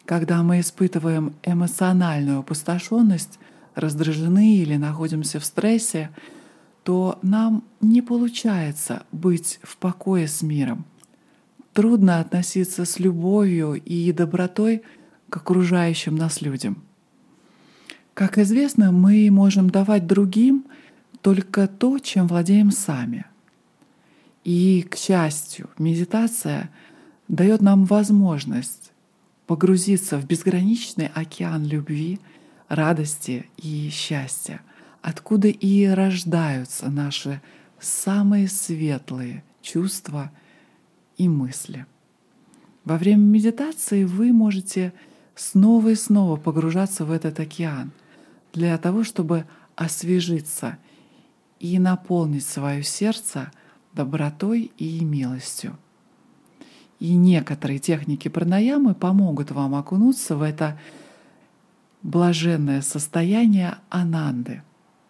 Когда мы испытываем эмоциональную опустошенность, раздражены или находимся в стрессе, то нам не получается быть в покое с миром. Трудно относиться с любовью и добротой к окружающим нас людям. Как известно, мы можем давать другим только то, чем владеем сами. И, к счастью, медитация дает нам возможность погрузиться в безграничный океан любви, радости и счастья, откуда и рождаются наши самые светлые чувства и мысли. Во время медитации вы можете снова и снова погружаться в этот океан для того, чтобы освежиться и наполнить свое сердце добротой и милостью. И некоторые техники пранаямы помогут вам окунуться в это блаженное состояние ананды.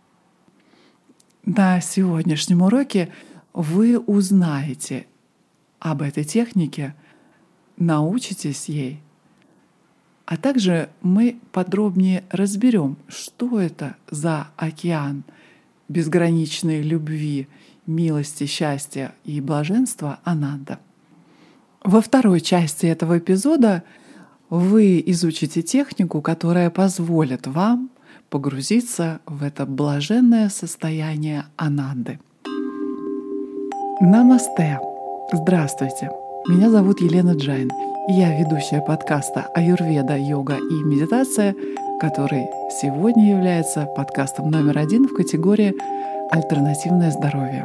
На сегодняшнем уроке вы узнаете об этой технике, научитесь ей, а также мы подробнее разберем, что это за океан безграничной любви, милости, счастья и блаженства ананда. Во второй части этого эпизода вы изучите технику, которая позволит вам погрузиться в это блаженное состояние ананды. Намасте! Здравствуйте! Меня зовут Елена Джайн, и я ведущая подкаста «Аюрведа, йога и медитация», который сегодня является подкастом номер 1 в категории «Альтернативное здоровье».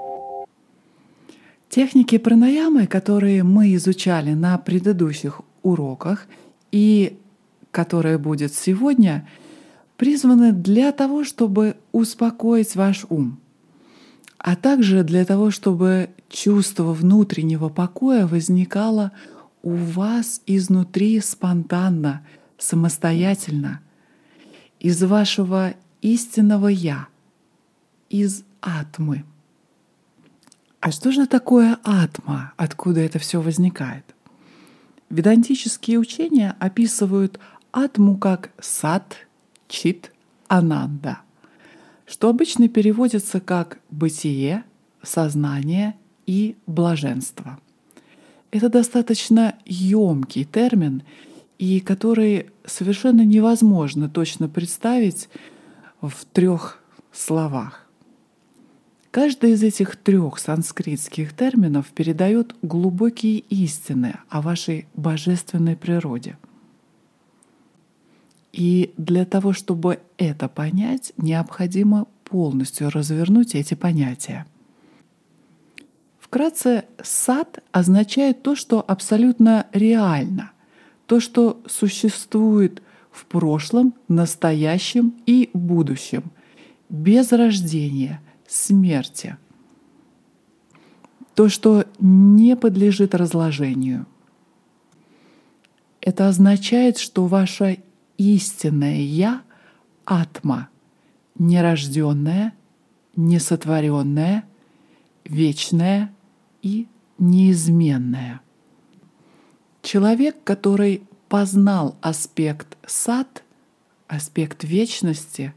Техники пранаямы, которые мы изучали на предыдущих уроках и которые будут сегодня, призваны для того, чтобы успокоить ваш ум, а также для того, чтобы чувство внутреннего покоя возникало у вас изнутри спонтанно, самостоятельно, из вашего истинного «Я», из атмы. А что же такое атма? Откуда это все возникает? Ведантические учения описывают атму как сат, чит, ананда, что обычно переводится как бытие, сознание и блаженство. Это достаточно ёмкий термин, и который совершенно невозможно точно представить в 3 словах. Каждый из этих 3 санскритских терминов передает глубокие истины о вашей божественной природе. И для того, чтобы это понять, необходимо полностью развернуть эти понятия. Вкратце, сат означает то, что абсолютно реально, то, что существует в прошлом, настоящем и будущем, без рождения, смерти. То, что не подлежит разложению. Это означает, что ваше истинное «Я» — атма, нерожденное, несотворенное, вечное и неизменное. Человек, который познал аспект сат, аспект вечности,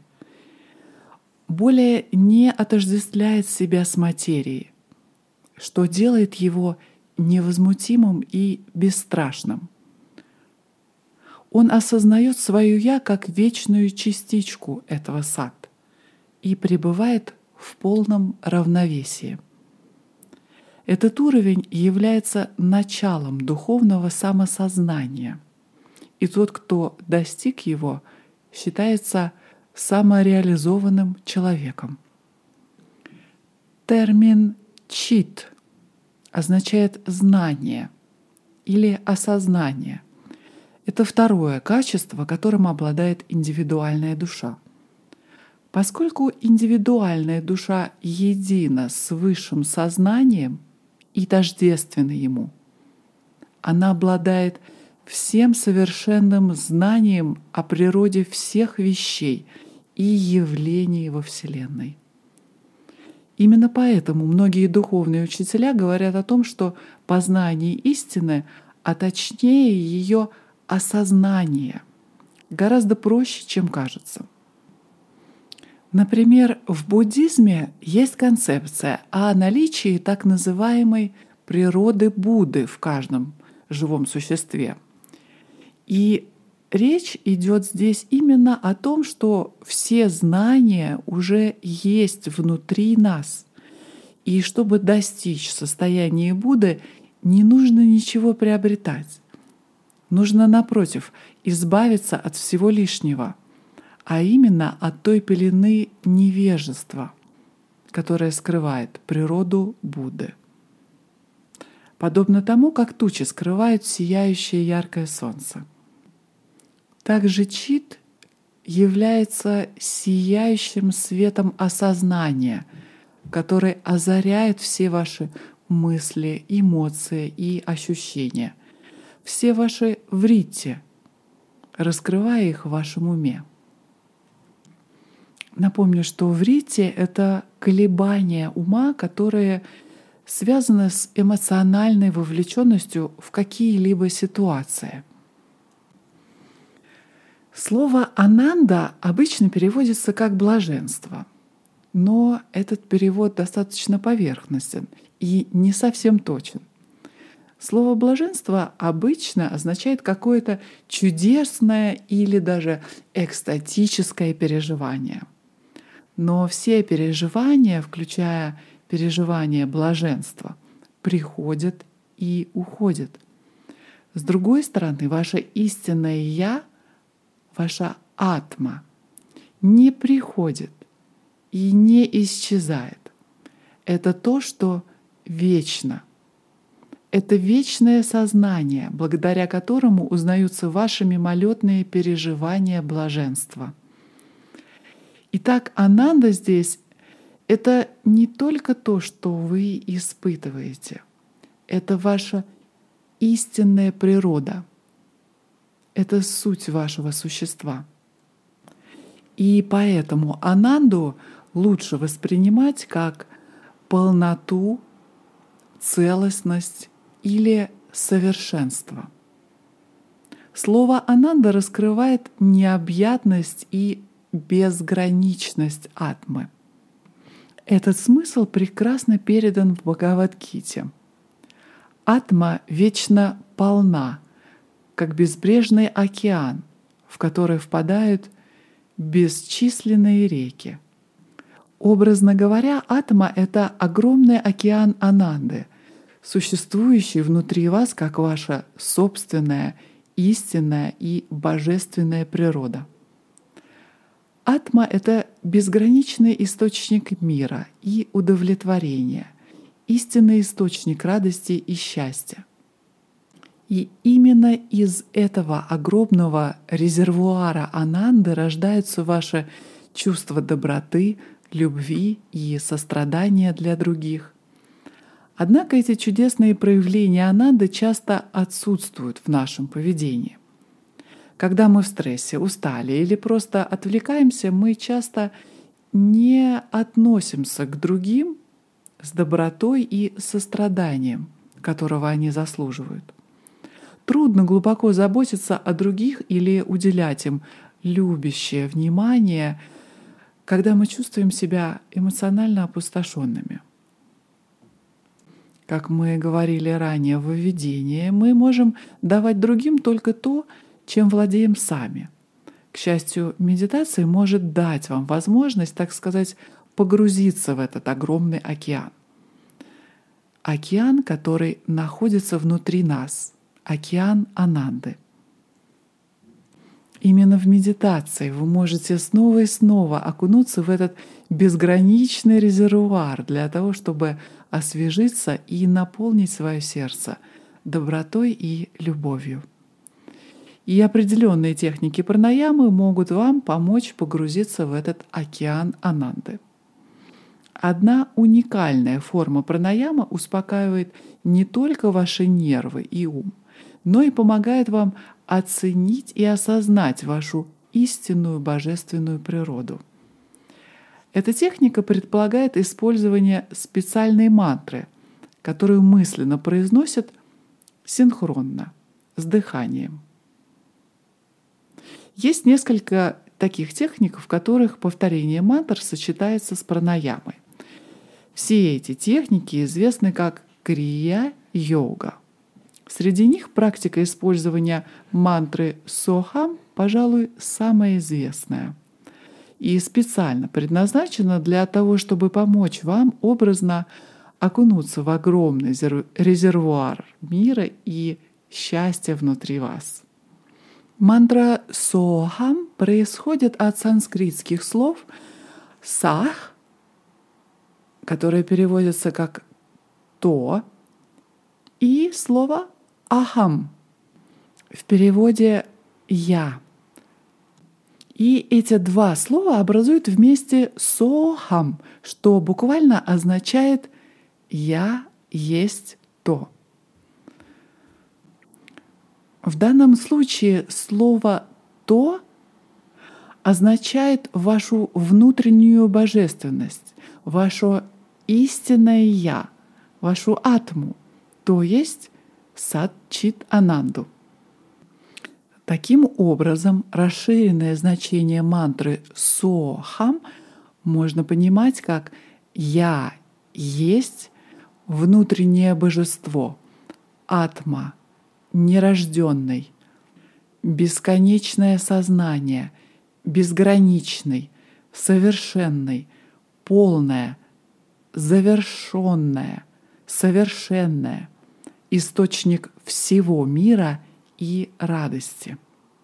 более не отождествляет себя с материей, что делает его невозмутимым и бесстрашным. Он осознает свое «я» как вечную частичку этого сат и пребывает в полном равновесии. Этот уровень является началом духовного самосознания, и тот, кто достиг его, считается самореализованным человеком. Термин «чит» означает «знание» или «осознание». Это второе качество, которым обладает индивидуальная душа. Поскольку индивидуальная душа едина с высшим сознанием и тождественна ему, она обладает всем совершенным знанием о природе всех вещей и явлений во Вселенной. Именно поэтому многие духовные учителя говорят о том, что познание истины, а точнее ее осознание. Гораздо проще, чем кажется. Например, в буддизме есть концепция о наличии так называемой природы Будды в каждом живом существе. И речь идет здесь именно о том, что все знания уже есть внутри нас. И чтобы достичь состояния Будды, не нужно ничего приобретать. Нужно, напротив, избавиться от всего лишнего, а именно от той пелены невежества, которая скрывает природу Будды. Подобно тому, как тучи скрывают сияющее яркое солнце. Также чит является сияющим светом осознания, который озаряет все ваши мысли, эмоции и ощущения, все ваши вритти, раскрывая их в вашем уме. Напомню, что вритти — это колебания ума, которые связаны с эмоциональной вовлеченностью в какие-либо ситуации. Слово «ананда» обычно переводится как «блаженство», но этот перевод достаточно поверхностен и не совсем точен. Слово «блаженство» обычно означает какое-то чудесное или даже экстатическое переживание. Но все переживания, включая переживание блаженства, приходят и уходят. С другой стороны, ваше истинное «я», ваша атма, не приходит и не исчезает. Это то, что вечно. Это вечное сознание, благодаря которому узнаются ваши мимолетные переживания блаженства. Итак, ананда здесь — это не только то, что вы испытываете. Это ваша истинная природа. Это суть вашего существа. И поэтому ананду лучше воспринимать как полноту, целостность или совершенство. Слово «ананда» раскрывает необъятность и безграничность атмы. Этот смысл прекрасно передан в Бхагавад-гите. Атма вечно полна, как безбрежный океан, в который впадают бесчисленные реки. Образно говоря, атма — это огромный океан ананды, существующий внутри вас как ваша собственная, истинная и божественная природа. Атма — это безграничный источник мира и удовлетворения, истинный источник радости и счастья. И именно из этого огромного резервуара ананды рождаются ваши чувства доброты, любви и сострадания для других. Однако эти чудесные проявления ананды часто отсутствуют в нашем поведении. Когда мы в стрессе, устали или просто отвлекаемся, мы часто не относимся к другим с добротой и состраданием, которого они заслуживают. Трудно глубоко заботиться о других или уделять им любящее внимание, когда мы чувствуем себя эмоционально опустошенными. Как мы говорили ранее в введении, мы можем давать другим только то, чем владеем сами. К счастью, медитация может дать вам возможность, так сказать, погрузиться в этот огромный океан. Океан, который находится внутри нас. Океан ананды. Именно в медитации вы можете снова и снова окунуться в этот безграничный резервуар для того, чтобы освежиться и наполнить свое сердце добротой и любовью. И определенные техники пранаямы могут вам помочь погрузиться в этот океан ананды. Одна уникальная форма пранаяма успокаивает не только ваши нервы и ум, но и помогает вам оценить и осознать вашу истинную божественную природу. Эта техника предполагает использование специальной мантры, которую мысленно произносят синхронно, с дыханием. Есть несколько таких техник, в которых повторение мантр сочетается с пранаямой. Все эти техники известны как крия-йога. Среди них практика использования мантры Сохам, пожалуй, самая известная. И специально предназначена для того, чтобы помочь вам образно окунуться в огромный резервуар мира и счастья внутри вас. Мантра Сохам происходит от санскритских слов «сах», которое переводится как «то», и слово «ахам» в переводе «я». И эти два слова образуют вместе «сохам», что буквально означает «я есть то». В данном случае слово «то» означает вашу внутреннюю божественность, ваше истинное «я», вашу атму, то есть Сат-Чит-Ананду. Таким образом, расширенное значение мантры «Сохам» можно понимать как «Я есть внутреннее божество», атма, нерожденный, бесконечное сознание, безграничный, совершенный, полное, завершенное, совершенное, источник всего мира и радости.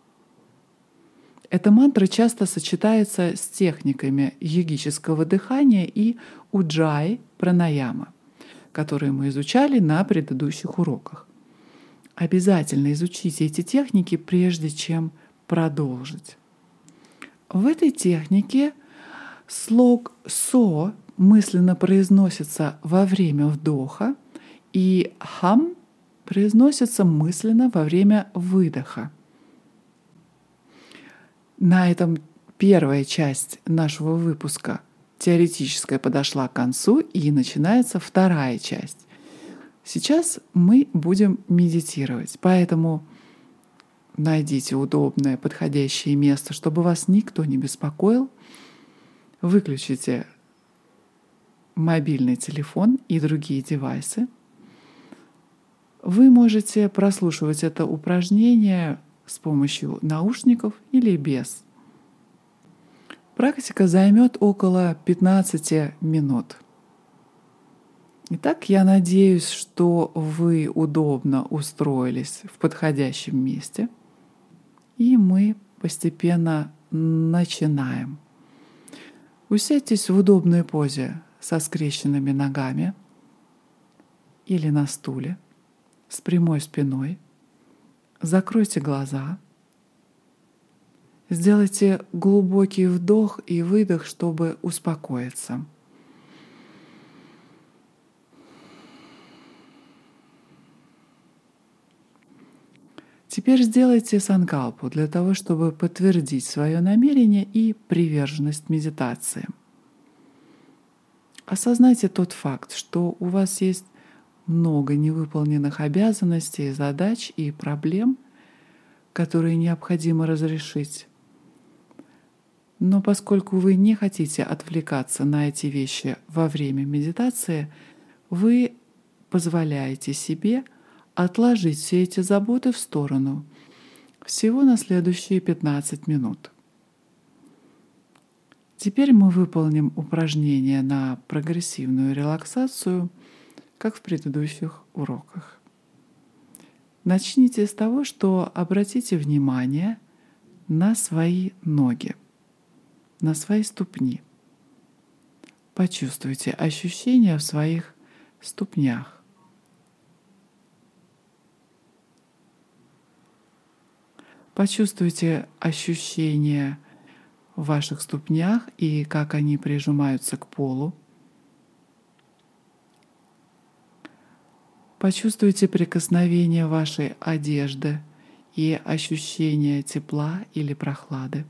Эта мантра часто сочетается с техниками йогического дыхания и уджай пранаямы, которые мы изучали на предыдущих уроках. Обязательно изучите эти техники, прежде чем продолжить. В этой технике слог «со» мысленно произносится во время вдоха, и «хам» произносится мысленно во время выдоха. На этом первая часть нашего выпуска теоретическая подошла к концу, и начинается вторая часть. Сейчас мы будем медитировать, поэтому найдите удобное, подходящее место, чтобы вас никто не беспокоил. Выключите мобильный телефон и другие девайсы. Вы можете прослушивать это упражнение с помощью наушников или без. Практика займет около 15 минут. Итак, я надеюсь, что вы удобно устроились в подходящем месте, и мы постепенно начинаем. Усядьтесь в удобной позе со скрещенными ногами или на стуле с прямой спиной. Закройте глаза. Сделайте глубокий вдох и выдох, чтобы успокоиться. Теперь сделайте санкалпу для того, чтобы подтвердить свое намерение и приверженность медитации. Осознайте тот факт, что у вас есть много невыполненных обязанностей, задач и проблем, которые необходимо разрешить. Но поскольку вы не хотите отвлекаться на эти вещи во время медитации, вы позволяете себе отложить все эти заботы в сторону всего на следующие 15 минут. Теперь мы выполним упражнение на прогрессивную релаксацию, как в предыдущих уроках. Начните с того, что обратите внимание на свои ноги, на свои ступни. Почувствуйте ощущения в своих ступнях. Почувствуйте ощущения в ваших ступнях и как они прижимаются к полу. Почувствуйте прикосновение вашей одежды и ощущение тепла или прохлады.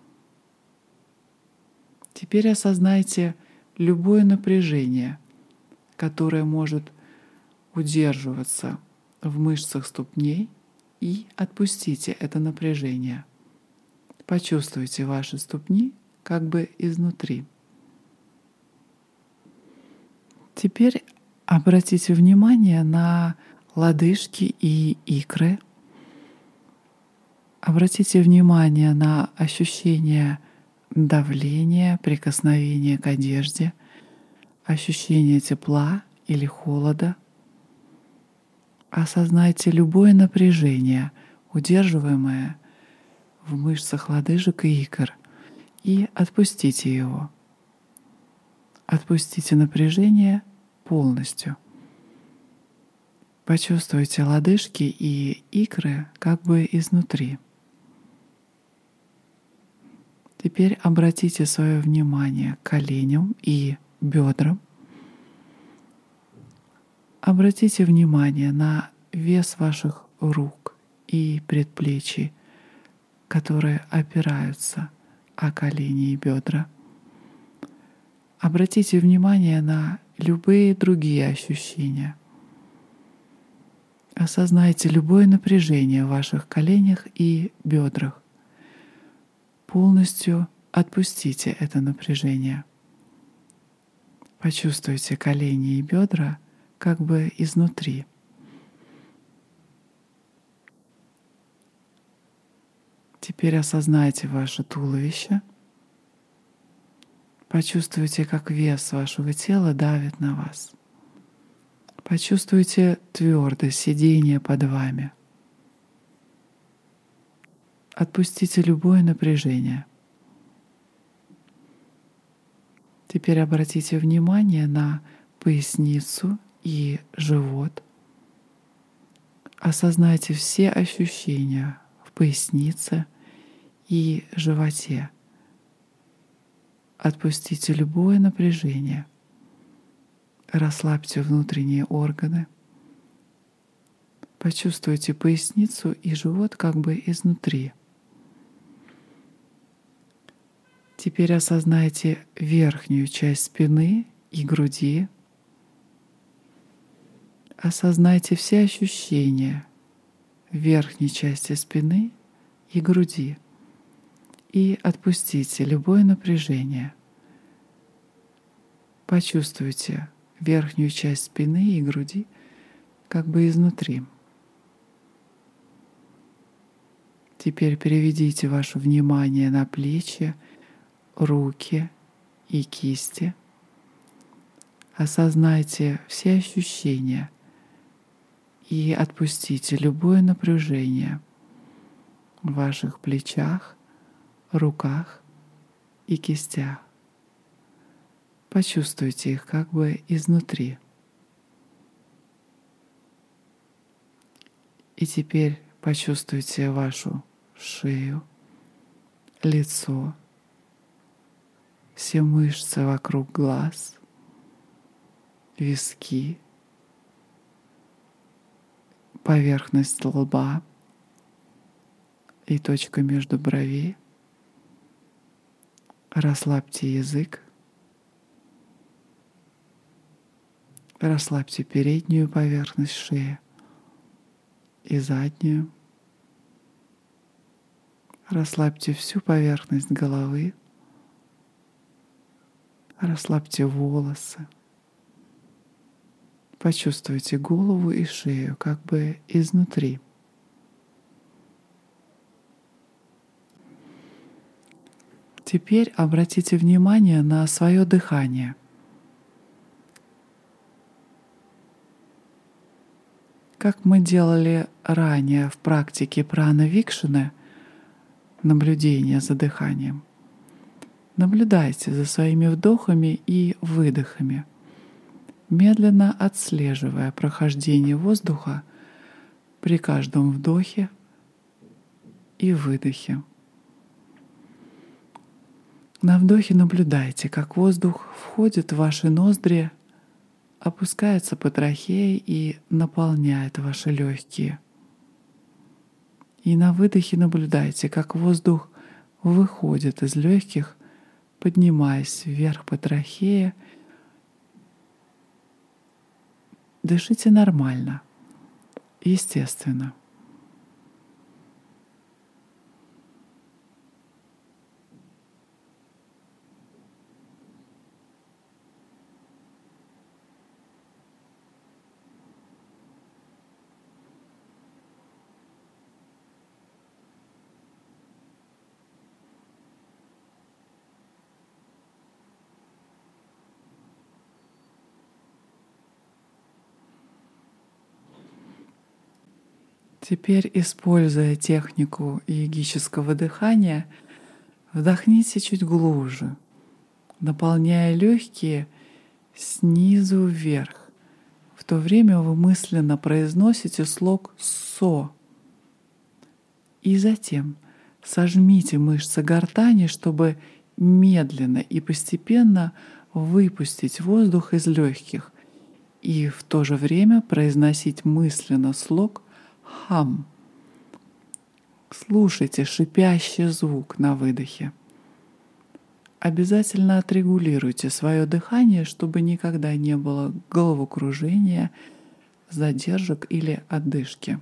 Теперь осознайте любое напряжение, которое может удерживаться в мышцах ступней, и отпустите это напряжение. Почувствуйте ваши ступни как бы изнутри. Теперь обратите внимание на лодыжки и икры. Обратите внимание на ощущение давления, прикосновения к одежде, ощущение тепла или холода. Осознайте любое напряжение, удерживаемое в мышцах лодыжек и икр, и отпустите его. Отпустите напряжение полностью. Почувствуйте лодыжки и икры как бы изнутри. Теперь обратите свое внимание к коленям и бедрам. Обратите внимание на вес ваших рук и предплечий, которые опираются о колени и бедра. Обратите внимание на любые другие ощущения. Осознайте любое напряжение в ваших коленях и бедрах. Полностью отпустите это напряжение. Почувствуйте колени и бедра как бы изнутри. Теперь осознайте ваше туловище. Почувствуйте, как вес вашего тела давит на вас. Почувствуйте твердость сидения под вами. Отпустите любое напряжение. Теперь обратите внимание на поясницу и живот. Осознайте все ощущения в пояснице и животе. Отпустите любое напряжение. Расслабьте внутренние органы. Почувствуйте поясницу и живот как бы изнутри. Теперь осознайте верхнюю часть спины и груди. Осознайте все ощущения в верхней части спины и груди. И отпустите любое напряжение. Почувствуйте верхнюю часть спины и груди как бы изнутри. Теперь переведите ваше внимание на плечи, руки и кисти. Осознайте все ощущения и отпустите любое напряжение в ваших плечах, руках и кистях. Почувствуйте их как бы изнутри. И теперь почувствуйте вашу шею, лицо, все мышцы вокруг глаз, виски, поверхность лба и точка между бровей. Расслабьте язык. Расслабьте переднюю поверхность шеи и заднюю. Расслабьте всю поверхность головы. Расслабьте волосы. Почувствуйте голову и шею как бы изнутри. Теперь обратите внимание на свое дыхание. Как мы делали ранее в практике прана-викшаны, наблюдение за дыханием, наблюдайте за своими вдохами и выдохами, медленно отслеживая прохождение воздуха при каждом вдохе и выдохе. На вдохе наблюдайте, как воздух входит в ваши ноздри, опускается по трахее и наполняет ваши легкие. И на выдохе наблюдайте, как воздух выходит из легких, поднимаясь вверх по трахее. Дышите нормально, естественно. Теперь, используя технику йогического дыхания, вдохните чуть глубже, наполняя легкие снизу вверх. В то время вы мысленно произносите слог «со». И затем сожмите мышцы гортани, чтобы медленно и постепенно выпустить воздух из легких и в то же время произносить мысленно слог «хам». Слушайте шипящий звук на выдохе. Обязательно отрегулируйте свое дыхание, чтобы никогда не было головокружения, задержек или одышки.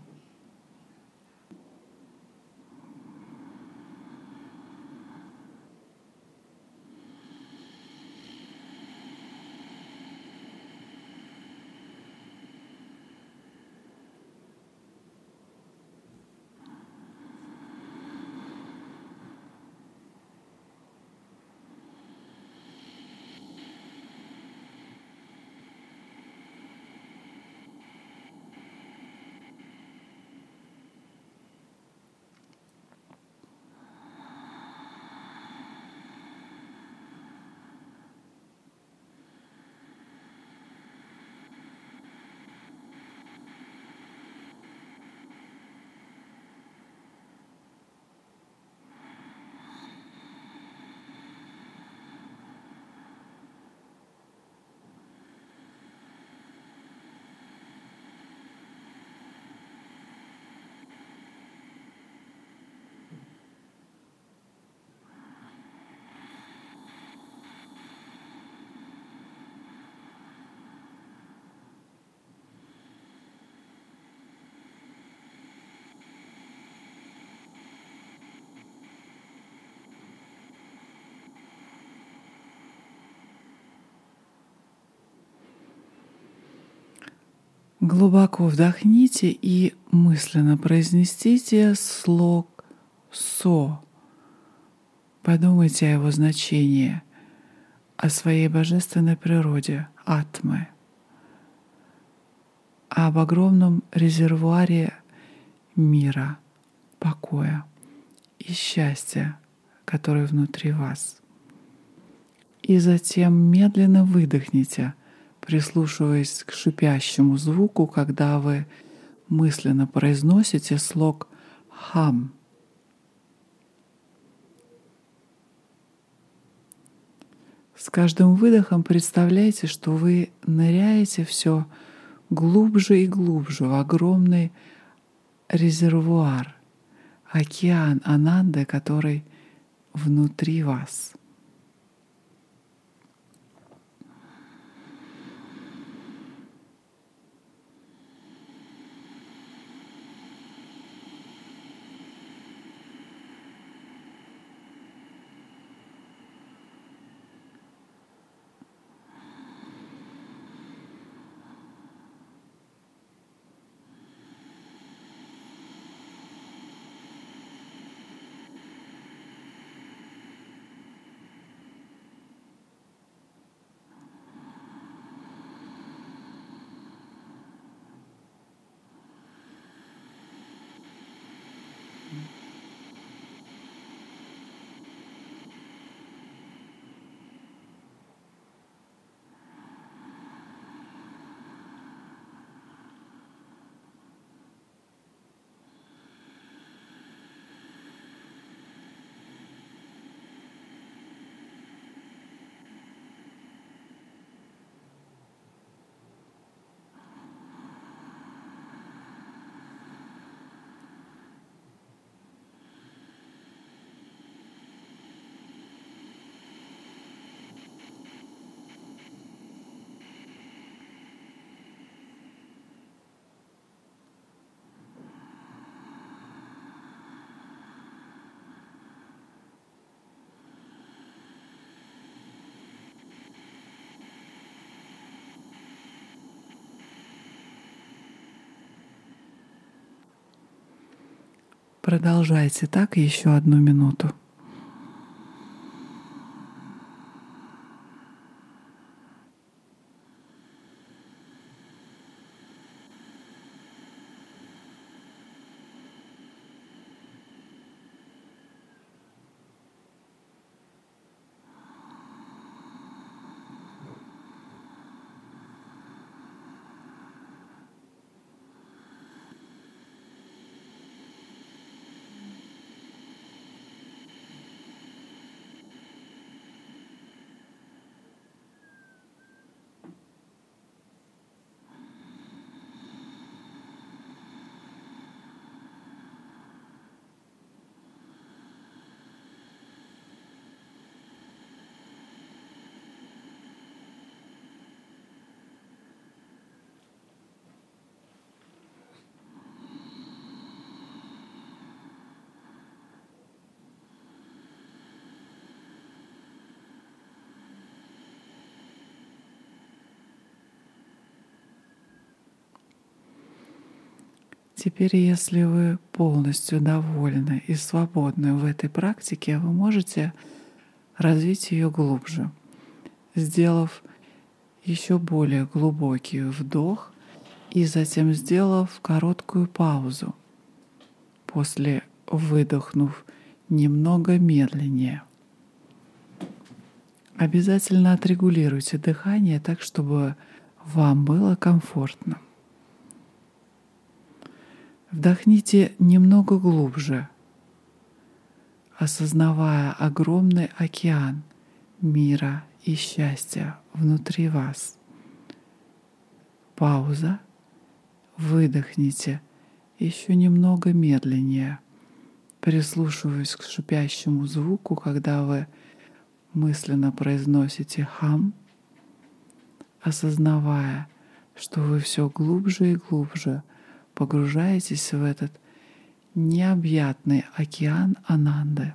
Глубоко вдохните и мысленно произнесите слог «со». Подумайте о его значении, о своей божественной природе, атмы, об огромном резервуаре мира, покоя и счастья, который внутри вас. И затем медленно выдохните, прислушиваясь к шипящему звуку, когда вы мысленно произносите слог «хам». С каждым выдохом представляйте, что вы ныряете все глубже и глубже в огромный резервуар, океан Ананды, который внутри вас. Продолжайте так еще 1 минуту. Теперь, если вы полностью довольны и свободны в этой практике, вы можете развить ее глубже, сделав еще более глубокий вдох и затем сделав короткую паузу, после выдохнув немного медленнее. Обязательно отрегулируйте дыхание так, чтобы вам было комфортно. Вдохните немного глубже, осознавая огромный океан мира и счастья внутри вас. Пауза. Выдохните еще немного медленнее, прислушиваясь к шипящему звуку, когда вы мысленно произносите «хам», осознавая, что вы все глубже и глубже погружаетесь в этот необъятный океан Ананды.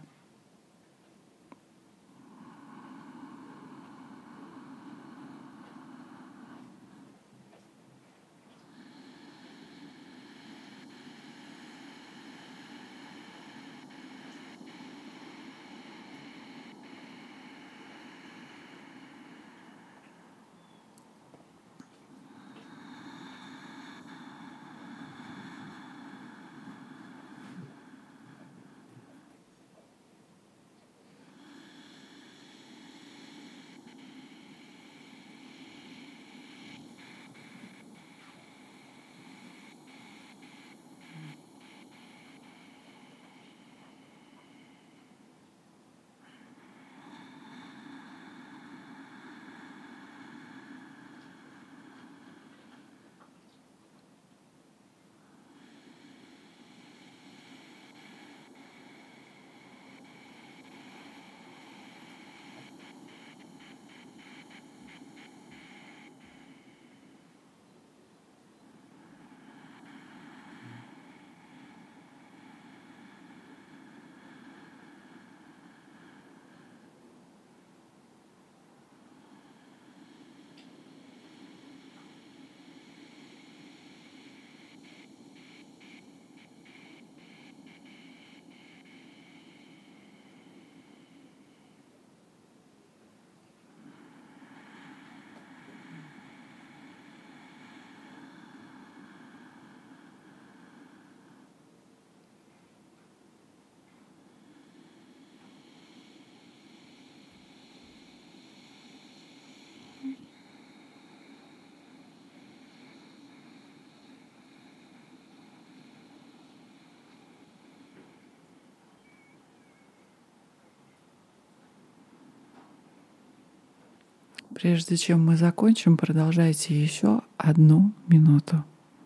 Прежде чем мы закончим, продолжайте еще 1 минуту.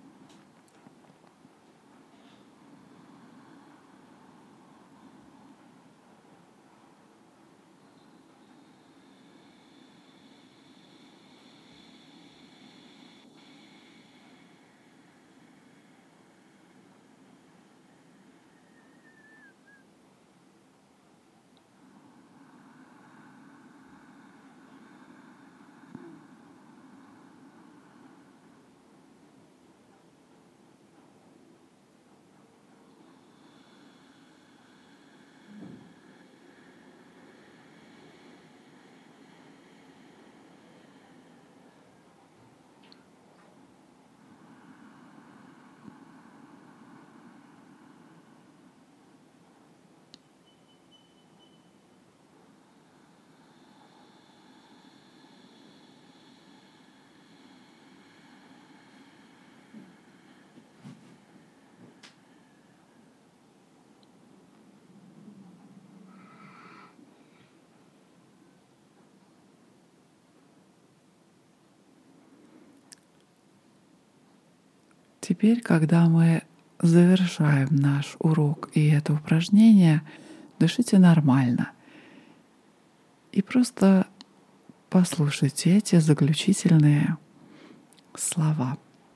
Теперь, когда мы завершаем наш урок и это упражнение, дышите нормально и просто послушайте эти заключительные слова.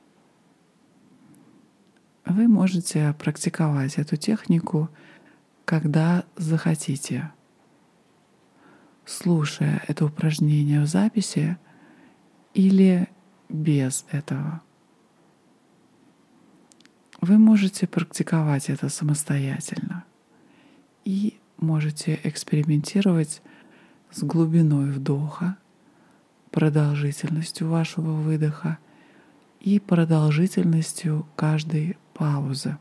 Вы можете практиковать эту технику, когда захотите, слушая это упражнение в записи или без этого. Вы можете практиковать это самостоятельно и можете экспериментировать с глубиной вдоха, продолжительностью вашего выдоха и продолжительностью каждой паузы.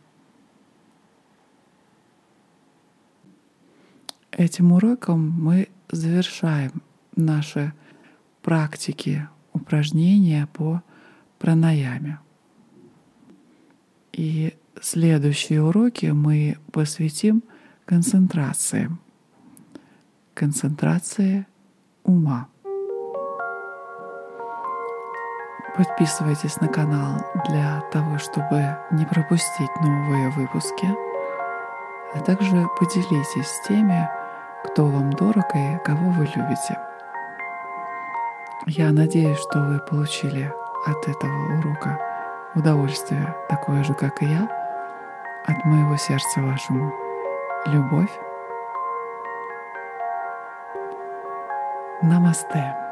Этим уроком мы завершаем наши практики, упражнения по пранаяме. И следующие уроки мы посвятим концентрации ума. Подписывайтесь на канал для того, чтобы не пропустить новые выпуски, а также поделитесь с теми, кто вам дорог и кого вы любите. Я надеюсь, что вы получили от этого урока удовольствие такое же, как и я, от моего сердца вашему любовь. Намасте.